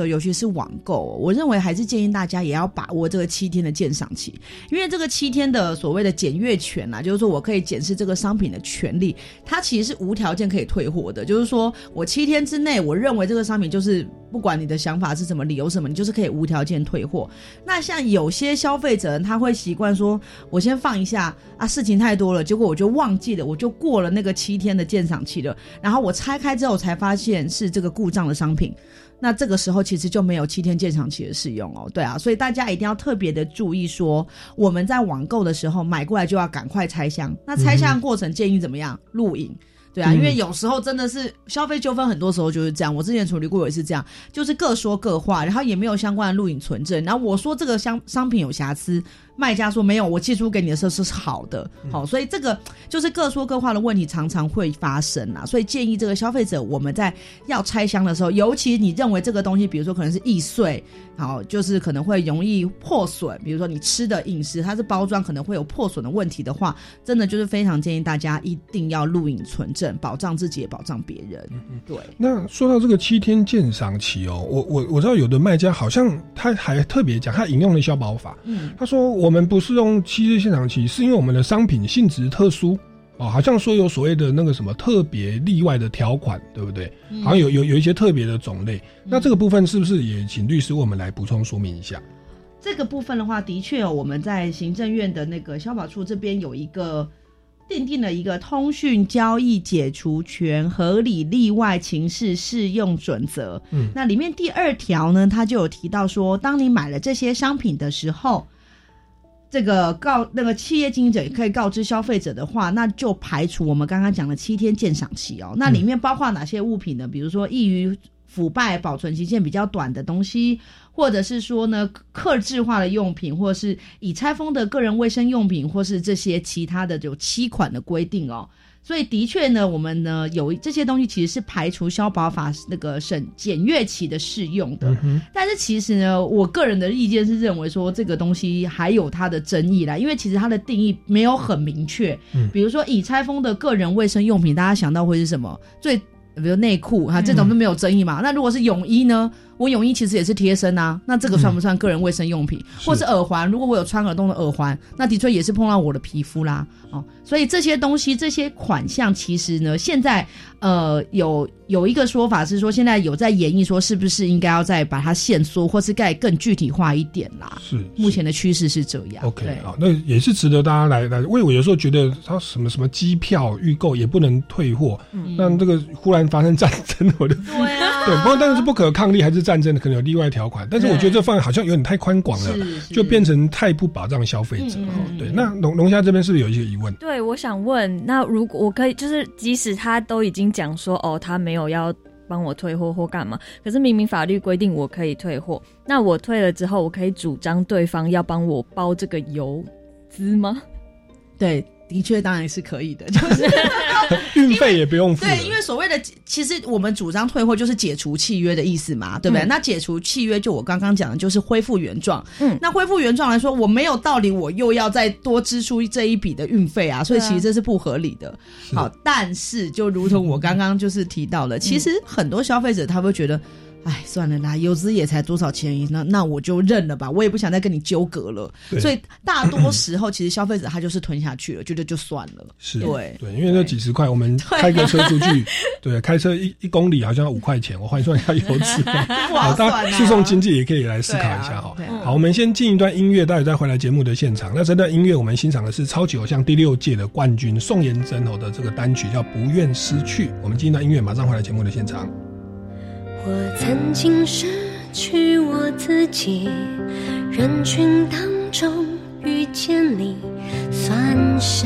网购，我认为还是建议大家也要把握这个七天的鉴赏期，因为这个七天的所谓的检阅权啊，就是说我可以检视这个商品的权利，它其实是无条件可以退货的，就是说我七天之内我认为这个商品就是不管你的想法是什么理由什么，你就是可以无条件退货。那像有些消费者他会习惯说我先放一下啊，事情太多了，结果我就忘记了，我就过了那个七天的鉴赏期了，然后我拆开之后才发现是这个故障的商品，那这个时候其实就没有七天鉴赏期的适用哦。对啊，所以大家一定要特别的注意说，我们在网购的时候买过来就要赶快拆箱，那拆箱的过程建议怎么样？录影。对啊，因为有时候真的是消费纠纷，很多时候就是这样。我之前处理过也是这样，就是各说各话，然后也没有相关的录影存证。然后我说这个商商品有瑕疵，卖家说没有，我寄出给你的时候是好的。好，所以这个就是各说各话的问题常常会发生啦。所以建议这个消费者，我们在要拆箱的时候，尤其你认为这个东西，比如说可能是易碎，好，就是可能会容易破损，比如说你吃的饮食它是包装可能会有破损的问题的话，真的就是非常建议大家一定要录影存证，保障自己也保障别人。对。 那说到这个七天鉴赏期哦，我我我知道有的卖家好像他还特别讲，他引用了消保法，嗯，他说我们不是用七天鉴赏期，是因为我们的商品性质特殊。哦，好像说有所谓的那个什么特别例外的条款，对不对？嗯、好像有有有一些特别的种类。嗯、那这个部分是不是也请律师为我们来补充说明一下？ 这个部分的话，的确、哦、我们在行政院的那个消保处这边有一个订定了一个通讯交易解除权合理例外情事适用准则。嗯，那里面第二条呢，它就有提到说，当你买了这些商品的时候，这个告那个企业经营者也可以告知消费者的话，那就排除我们刚刚讲的七天鉴赏期哦。那里面包括哪些物品呢？比如说易于腐败、保存期限比较短的东西，或者是说呢客制化的用品，或是已拆封的个人卫生用品，或是这些其他的有七款的规定哦。所以的确呢，我们呢有这些东西其实是排除消保法那个审检阅期的适用的、嗯，但是其实呢，我个人的意见是认为说这个东西还有它的争议啦，因为其实它的定义没有很明确。嗯，比如说已拆封的个人卫生用品，大家想到会是什么？最比如内裤哈，这种都没有争议嘛、嗯。那如果是泳衣呢？我泳衣其实也是贴身啊，那这个算不算个人卫生用品？嗯、或是耳环？如果我有穿耳洞的耳环，那的确也是碰到我的皮肤啦。哦，所以这些东西、这些款项，其实呢，现在呃有有一个说法是说，现在有在研议说，是不是应该要再把它限缩，或是再更具体化一点啦？是，目前的趋势是这样。 OK， 好，那也是值得大家来来。因为我有时候觉得，它什么什么机票预购也不能退货，嗯、那这个忽然发生战争，我就对啊，对，不过但是不可抗力还是战争的，可能有例外条款，但是我觉得这范围好像有点太宽广了，就变成太不保障消费者。嗯、对，那龙龙虾这边是不是有一些疑问？ 对，我想问，那如果我可以，就是即使他都已经讲说，哦，他没有要帮我退货或干嘛，可是明明法律规定我可以退货，那我退了之后，我可以主张对方要帮我包这个邮资吗？ 对。的确当然是可以的，就是运费也不用付。 对，因为所谓的其实我们主张退货就是解除契约的意思嘛，对不对？嗯、那解除契约就我刚刚讲的就是恢复原状。嗯，那恢复原状来说，我没有道理我又要再多支出这一笔的运费啊，所以其实这是不合理的。好，但是就如同我刚刚就是提到了，其实很多消费者他会觉得。哎，算了啦，邮资也才多少钱，那那我就认了吧，我也不想再跟你纠葛了。所以大多时候，其实消费者他就是吞下去了，觉得就算了。是，对对，因为那几十块，我们开个车出去，对，对开车一一公里好像要五块钱，我换算一下邮资，好，大家诉讼经济也可以来思考一下哈。啊、好，我们先进一段音乐，待会再回来节目的现场。那这段音乐我们欣赏的是超级偶像第六届的冠军宋妍珍的这个单曲叫《不愿失去》。我们进一段音乐，马上回来节目的现场。 我曾经失去我自己，人群当中遇见你，算是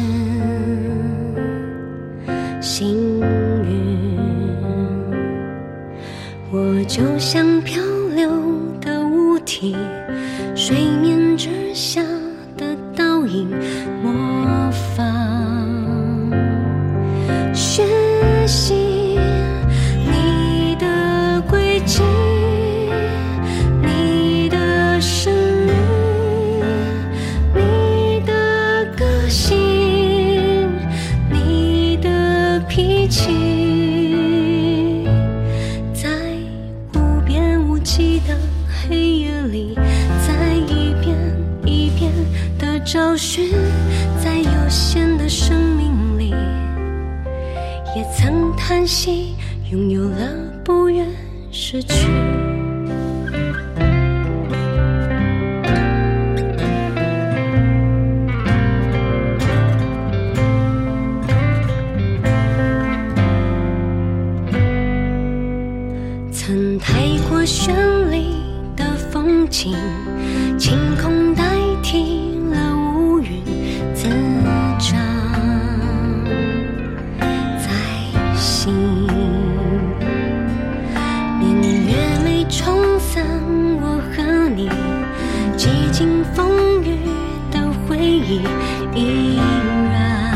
幸运。我就像漂流的物体，水面之下的倒影，模仿学习你的声音，你的个性，你的脾气，在无边无际的叹息，拥有了不愿失去。曾太过绚丽的风景，晴空代替了乌云滋长在心，年月没冲散我和你几经风雨的回忆，依然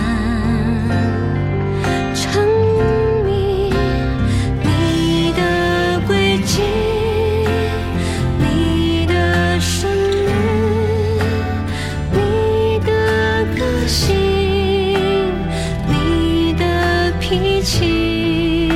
沉迷你的轨迹，你的生日，你的个性，你的脾气，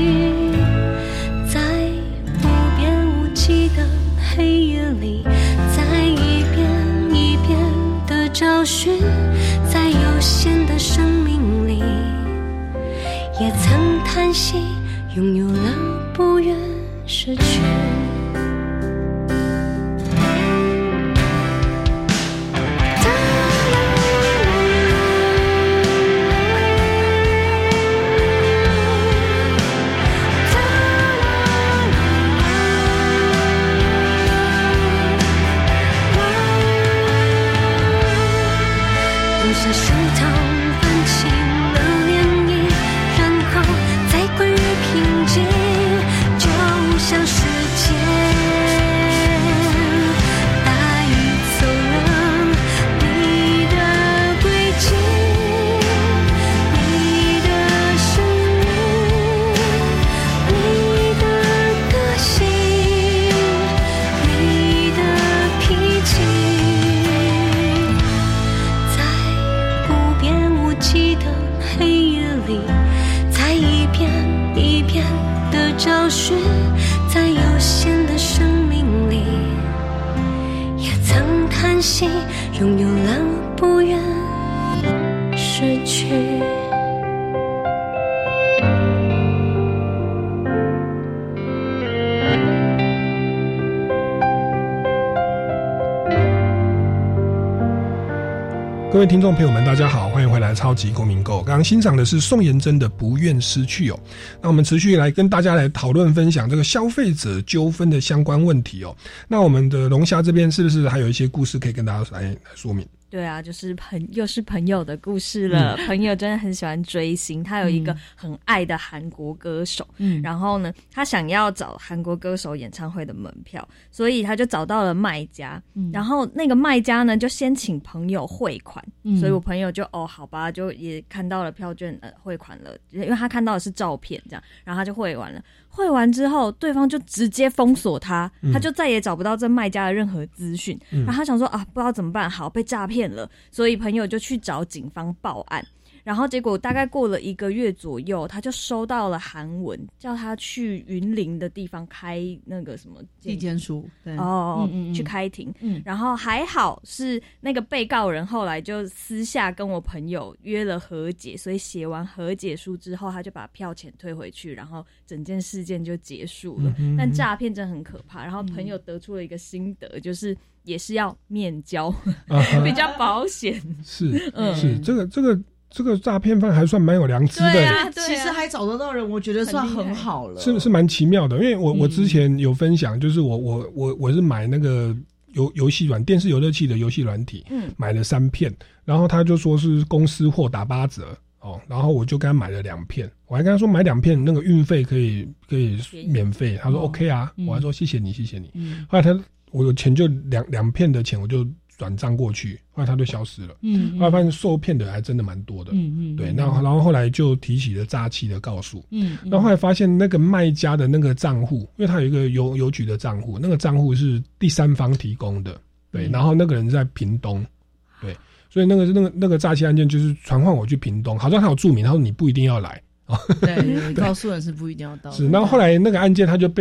在不变无际的黑夜里，在一遍一遍的找寻，在有限的生命里，也曾叹息，拥有了不愿失去。留下石头泛起了涟漪，然后再归于平静，就像时间大雨走了你的轨迹，你的生日，你的个性，你的脾气，不变无际的黑夜里，在一遍一遍的找寻，在有限的生命里，也曾叹息，拥有了不愿失去。 各位听众朋友们大家好，欢迎回来超级公民购。刚刚欣赏的是宋妍珍的不愿失去哦。那我们持续来跟大家来讨论分享这个消费者纠纷的相关问题哦。那我们的龙虾这边是不是还有一些故事可以跟大家来来说明？ 对啊，就是朋又是朋友的故事了、嗯、朋友真的很喜欢追星，他有一个很爱的韩国歌手，嗯，然后呢他想要找韩国歌手演唱会的门票，所以他就找到了卖家、嗯、然后那个卖家呢就先请朋友汇款、嗯、所以我朋友就哦好吧，就也看到了票券呃汇款了，因为他看到的是照片这样，然后他就汇完了，汇完之后对方就直接封锁他、嗯、他就再也找不到这卖家的任何资讯、嗯、然后他想说啊不知道怎么办，好被诈骗了，所以朋友就去找警方报案，然后结果大概过了一个月左右，他就收到了韩文，叫他去云林的地方开那个什么地检署，对哦， 嗯嗯嗯去开庭、 嗯， 然后还好是那个被告人后来就私下跟我朋友约了和解，所以写完和解书之后，他就把票钱退回去，然后整件事件就结束了。嗯、但诈骗真的很可怕，然后朋友得出了一个心得，就是也是要面交，啊、比较保险。 是，嗯，是这个这个。这个诈骗犯还算蛮有良知的， 对啊，对啊，其实还找得到人，我觉得算很好了， 是是蛮奇妙的。因为我我之前有分享，就是我我我我是买那个游游戏软电视游乐器的游戏软体，嗯，买了三片，然后他就说是公司货打八折哦，然后我就跟他买了两片，我还跟他说买两片那个运费可以可以免费，他说 OK 啊，嗯、我还说谢谢你谢谢你，嗯、后来他我有钱就两两片的钱我就转账过去，后来他就消失了。嗯，后来发现受骗的还真的蛮多的。嗯嗯，对，那然后后来就提起了诈欺的告诉。嗯，然后后来发现那个卖家的那个账户，因为他有一个邮邮局的账户，那个账户是第三方提供的。对，嗯、然后那个人在屏东。对，所以那个那个那个诈欺案件就是传唤我去屏东，好像他有注明，他说你不一定要来。 对，告诉人是不一定要到。 是，然后后来那个案件他就被。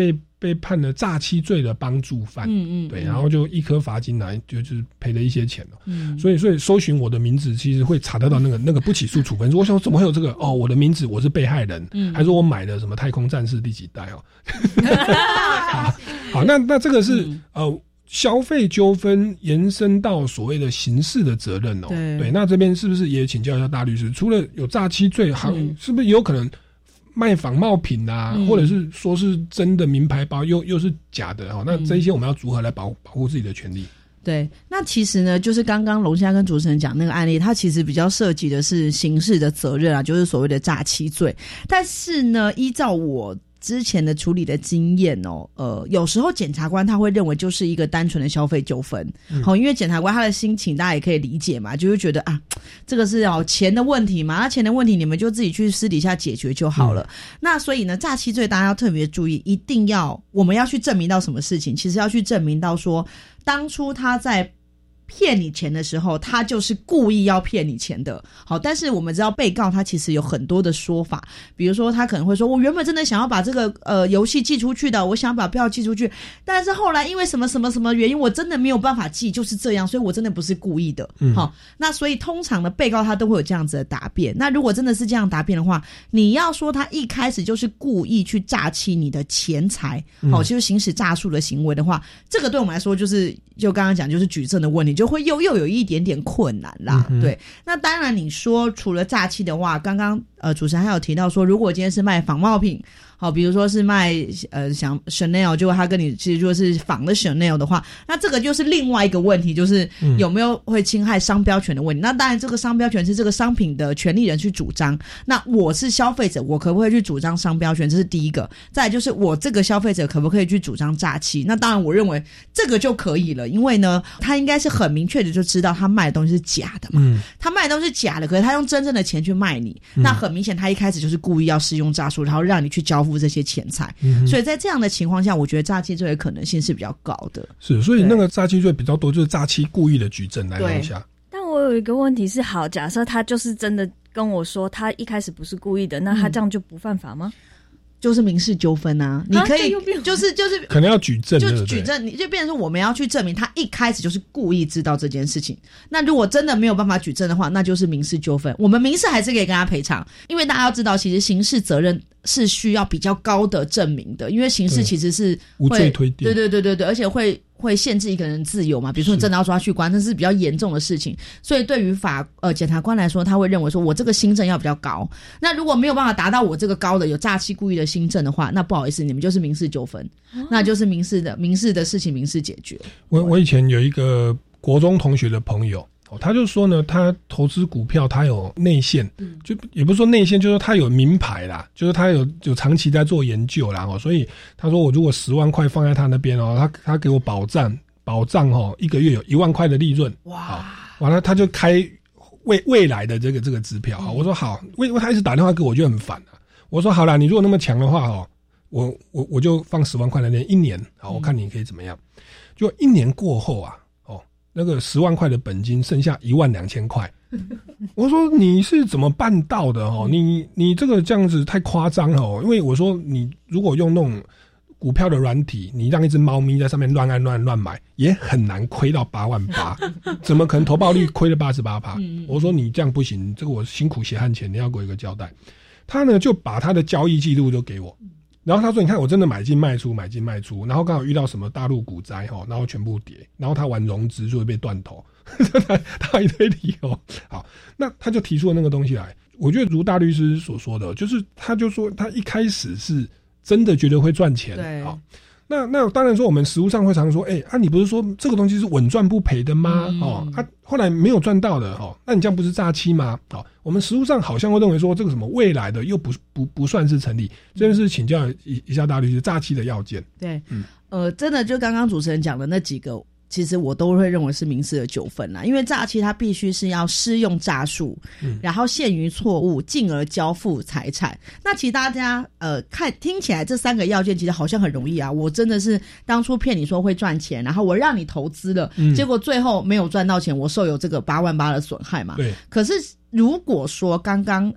被判了诈欺罪的帮助犯，嗯嗯，对，然后就一颗罚金来，就是赔了一些钱了。嗯，所以所以搜寻我的名字，其实会查得到那个那个不起诉处分。我想怎么会有这个？哦，我的名字我是被害人，嗯，还是我买的什么太空战士第几代哦？好, 好，那那这个是、嗯、呃。消费纠纷延伸到所谓的刑事的责任哦， 对, 对，那这边是不是也请教一下大律师？除了有诈欺罪，还、嗯、是不是也有可能卖仿冒品啊，嗯、或者是说是真的名牌包又又是假的哦？那这一些我们要如何来保保护自己的权利？ 对，那其实呢，就是刚刚龙虾跟主持人讲那个案例，它其实比较涉及的是刑事的责任啊，就是所谓的诈欺罪。但是呢，依照我之前的处理的经验哦，呃，有时候检察官他会认为就是一个单纯的消费纠纷，好、嗯，因为检察官他的心情大家也可以理解嘛，就会觉得啊，这个是哦钱的问题嘛，那钱的问题你们就自己去私底下解决就好了。嗯、那所以呢，诈欺罪大家要特别注意，一定要我们要去证明到什么事情，其实要去证明到说，当初他在骗你钱的时候，他就是故意要骗你钱的。好，但是我们知道被告他其实有很多的说法，比如说他可能会说，我原本真的想要把这个呃游戏寄出去的，我想要把票寄出去，但是后来因为什么什么什么原因，我真的没有办法寄，就是这样，所以我真的不是故意的。嗯，好，那所以通常的被告他都会有这样子的答辩。那如果真的是这样答辩的话，你要说他一开始就是故意去诈欺你的钱财，好、嗯，就是行使诈术的行为的话，这个对我们来说就是就刚刚讲就是举证的问题。就会又又有一点点困难啦，嗯、对。那当然，你说除了诈欺的话，刚刚呃主持人还有提到说，如果今天是卖仿冒品，好，比如说是卖呃像 Chanel， 结果他跟你其实就是仿的 Chanel 的话，那这个就是另外一个问题，就是有没有会侵害商标权的问题。嗯、那当然，这个商标权是这个商品的权利人去主张。那我是消费者，我可不可以去主张商标权？这是第一个。再来就是我这个消费者可不可以去主张诈欺？那当然，我认为这个就可以了，因为呢，他应该是很明确的就知道他卖的东西是假的嘛。嗯、他卖的东西是假的，可是他用真正的钱去卖你，嗯、那很明显他一开始就是故意要使用诈术，然后让你去交付这些钱财。嗯、所以在这样的情况下，我觉得诈欺罪的可能性是比较高的。 是，所以那个诈欺罪比较多，就是诈欺故意的举证来聊一下。 但我有一个问题是，好，假设他就是真的跟我说他一开始不是故意的，那他这样就不犯法吗？嗯就是民事纠纷啊，你可以就是就是可能要举证， 就举证，你就变成说我们要去证明他一开始就是故意知道这件事情。那如果真的没有办法举证的话，那就是民事纠纷。我们民事还是可以跟他赔偿，因为大家要知道，其实刑事责任是需要比较高的证明的，因为刑事其实是无罪推定， 对对对对对，而且会会限制一个人自由嘛。比如说你真的要抓去关，那是比较严重的事情。所以对于法呃检察官来说，他会认为说我这个新证要比较高。那如果没有办法达到我这个高的有诈欺故意的新证的话，那不好意思，你们就是民事纠纷，哦、那就是民事的民事的事情民事解决。 我我以前有一个国中同学的朋友。他就说呢，他投资股票，他有内线，嗯、就也不是说内线，就是说他有名牌啦，就是他有有长期在做研究啦，哦，所以他说我如果十万块放在他那边哦，他他给我保障保障哦，一个月有一万块的利润，哇，完了他就开未未来的这个这个支票，嗯、我说好，因为他一直打电话给我，我就很烦啊，我说好啦，你如果那么强的话哦，我我我就放十万块在那边一年，好，我看你可以怎么样，就一年过后啊。那个十万块的本金剩下一万两千块，我说你是怎么办到的哦？你你这个这样子太夸张了哦！因为我说你如果用那种股票的软体，你让一只猫咪在上面乱按乱乱买，也很难亏到八万八，怎么可能投报率亏了八十八趴？我说你这样不行，这个我辛苦血汗钱，你要给我一个交代。他呢就把他的交易记录都给我。然后他说：“你看，我真的买进卖出，买进卖出，然后刚好遇到什么大陆股灾哈，然后全部跌，然后他玩融资就会被断头，他他一堆理由。好，那他就提出了那个东西来。我觉得如大律师所说的，就是他就说他一开始是真的觉得会赚钱，对，好。”那那当然说，我们实务上会常说，哎、欸、啊，你不是说这个东西是稳赚不赔的吗？嗯、哦，啊，后来没有赚到的哦，那你这样不是诈欺吗？哦，我们实务上好像会认为说，这个什么未来的又不不不算是成立，这件事请教一一下大律师，诈欺的要件。 对，嗯，呃，真的就刚刚主持人讲的那几个。其实我都会认为是民事的纠纷啦，因为诈欺它必须是要施用诈术，嗯、然后陷于错误，进而交付财产。那其实大家呃看听起来这三个要件其实好像很容易啊，我真的是当初骗你说会赚钱，然后我让你投资了，嗯、结果最后没有赚到钱，我受有这个八万八的损害嘛。对。可是如果说刚刚呃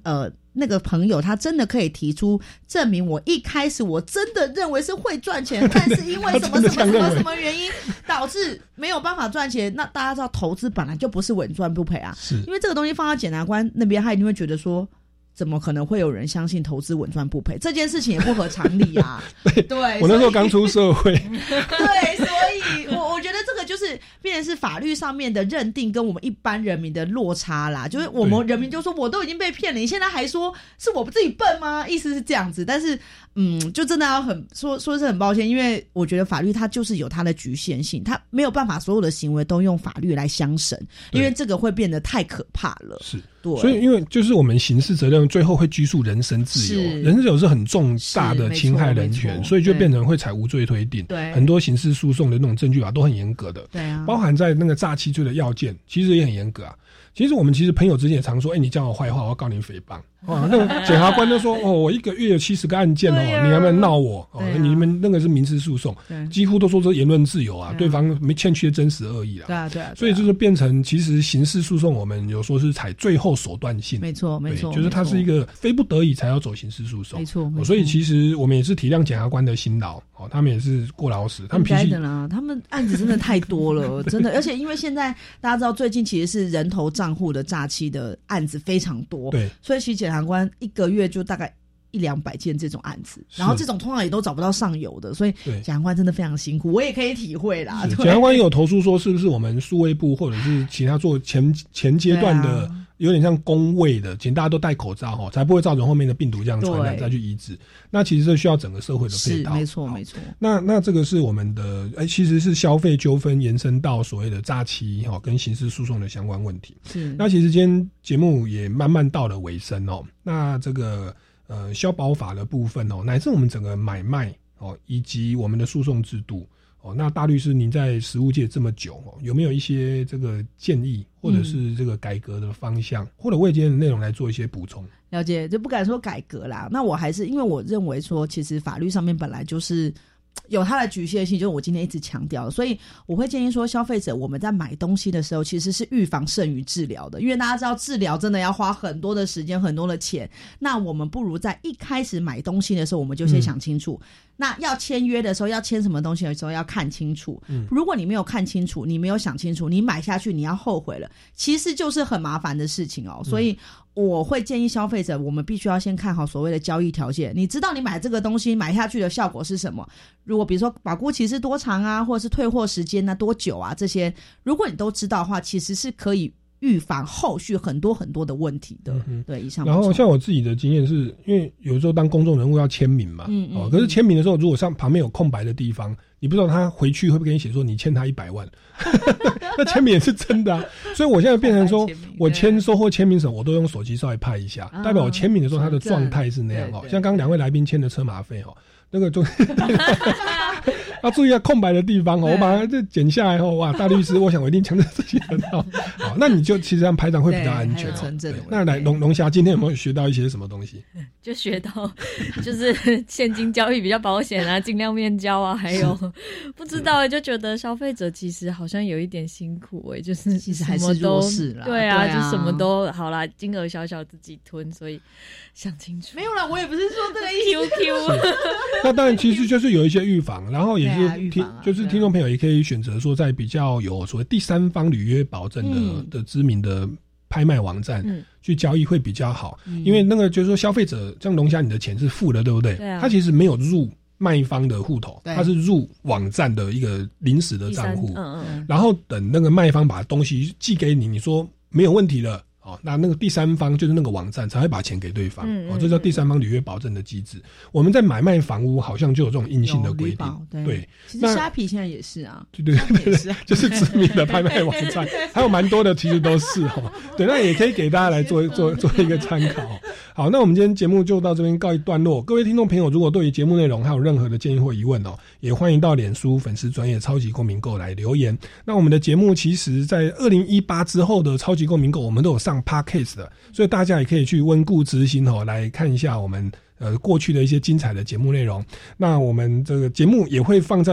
那个朋友他真的可以提出证明，我一开始我真的认为是会赚钱，但是因为什么什么什么什么原因导致没有办法赚钱。那大家知道投资本来就不是稳赚不赔啊，是因为这个东西放到检察官那边，他一定会觉得说，怎么可能会有人相信投资稳赚不赔？这件事情也不合常理啊。对，对我那时候刚出社会。 对，所以我我觉得这个就是变成是法律上面的认定跟我们一般人民的落差啦。就是我们人民就说我都已经被骗了，你现在还说是我自己笨吗？意思是这样子，但是嗯，就真的要很说说是很抱歉，因为我觉得法律它就是有它的局限性，它没有办法所有的行为都用法律来相审，因为这个会变得太可怕了。是。 所以因为就是我们刑事责任最后会拘束人身自由，人身自由是很重大的侵害人权，所以就变成会采无罪推定。对，很多刑事诉讼的那种证据法都很严格的。对啊，包含在那个诈欺罪的要件其实也很严格啊。其实我们其实朋友之间也常说，哎、欸，你讲我坏话，我要告你诽谤。哇，那个检察官就说，哦，我一个月有七十个案件哦，啊、你还没闹我哦、啊，你们那个是民事诉讼，几乎都说这言论自由啊，对方没欠缺真实恶意啦。对啊，对啊。所以就是变成，其实刑事诉讼我们有说是采最后手段性， 没错，没错， 就是它是一个非不得已才要走刑事诉讼， 没错。 所以其实我们也是体谅检察官的辛劳哦，他们也是过劳死，他们脾气的啦，他们案子真的太多了，真的，而且因为现在大家知道，最近其实是人头账户的诈欺的案子非常多，对，所以其实检察官一个月就大概一两百件这种案子，然后这种通常也都找不到上游的，所以检察官真的非常辛苦，我也可以体会啦。 检察官也有投诉说，是不是我们数位部或者是其他做前前阶段的，有点像公卫的，请大家都戴口罩哈，才不会造成后面的病毒这样传染再去医治。那其实这需要整个社会的配套， 是没错没错。 那那这个是我们的，哎、欸，其实是消费纠纷延伸到所谓的诈欺哈，跟刑事诉讼的相关问题。是。那其实今天节目也慢慢到了尾声哦。那这个呃消保法的部分哦，乃至我们整个买卖哦，以及我们的诉讼制度。哦，那大律师您在实务界这么久哦，有没有一些这个建议，或者是这个改革的方向，嗯、或者为今天的内容来做一些补充？ 了解，就不敢说改革啦。那我还是因为我认为说，其实法律上面本来就是有它的局限性，就是我今天一直强调的，所以我会建议说，消费者我们在买东西的时候，其实是预防胜于治疗的，因为大家知道治疗真的要花很多的时间、很多的钱，那我们不如在一开始买东西的时候，我们就先想清楚。嗯，那要签约的时候，要签什么东西的时候要看清楚。嗯，如果你没有看清楚，你没有想清楚，你买下去你要后悔了，其实就是很麻烦的事情哦。所以我会建议消费者，我们必须要先看好所谓的交易条件。你知道你买这个东西买下去的效果是什么？如果比如说保固期是多长啊，或者是退货时间啊多久啊，这些如果你都知道的话，其实是可以预防后续很多很多的问题的。嗯，对，以上。 然后像我自己的经验是，因为有时候当公众人物要签名嘛，嗯嗯，哦，可是签名的时候，如果上旁边有空白的地方，你不知道他回去会不会给你写说你欠他一百万，那签名也是真的啊。所以我现在变成说，我签收或签名什么，我都用手机稍微拍一下，啊、代表我签名的时候他的状态是那样哦。像刚刚两位来宾签的车马费哦，那个就要注意一下空白的地方哦，我把它这剪下来后，哇，大律师，我想我一定强调自己很好。好，那你就其实这样拍照会比较安全哦。那来龙龙霞今天有没有学到一些什么东西？ 就学到就是现金交易比较保险啊，尽量面交啊，还有不知道就觉得消费者其实好像有一点辛苦哎、欸，就是其实还是弱势啦。 对啊，对啊，就什么都好啦，金额小小自己吞，所以想清楚。 没有啦，我也不是说这个 Q Q。 那当然，其实就是有一些预防，然后也是听，啊、就是听众朋友也可以选择说，在比较有所谓第三方履约保证的、嗯、的知名的拍卖网站、嗯、去交易会比较好，嗯、因为那个就是说消费者像龙虾，你的钱是付的，对不对？对啊，他其实没有入卖方的户头，他是入网站的一个临时的账户，嗯嗯，然后等那个卖方把东西寄给你，你说没有问题了。哦，那那个第三方就是那个网站才会把钱给对方，嗯嗯，哦，这叫第三方履约保证的机制。我们在买卖房屋好像就有这种硬性的规定， 对， 对。 其实虾皮现在也是啊， 对对对对，就是知名的拍卖网站，还有蛮多的，其实都是哦。对，那也可以给大家来做做做一个参考。好，那我们今天节目就到这边告一段落。各位听众朋友，如果对于节目内容还有任何的建议或疑问哦，也欢迎到脸书粉丝专页超级公民购来留言。那我们的节目其实在二零一八之后的超级公民购，我们都有上 Podcast 的，所以大家也可以去温故知新哦，来看一下我们呃过去的一些精彩的节目内容。那我们这个节目也会放在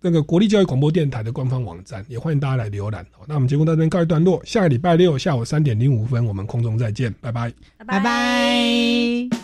那个国立教育广播电台的官方网站，也欢迎大家来浏览。那我们节目到这边告一段落，下个礼拜六下午三点零五分我们空中再见，拜拜， 拜拜。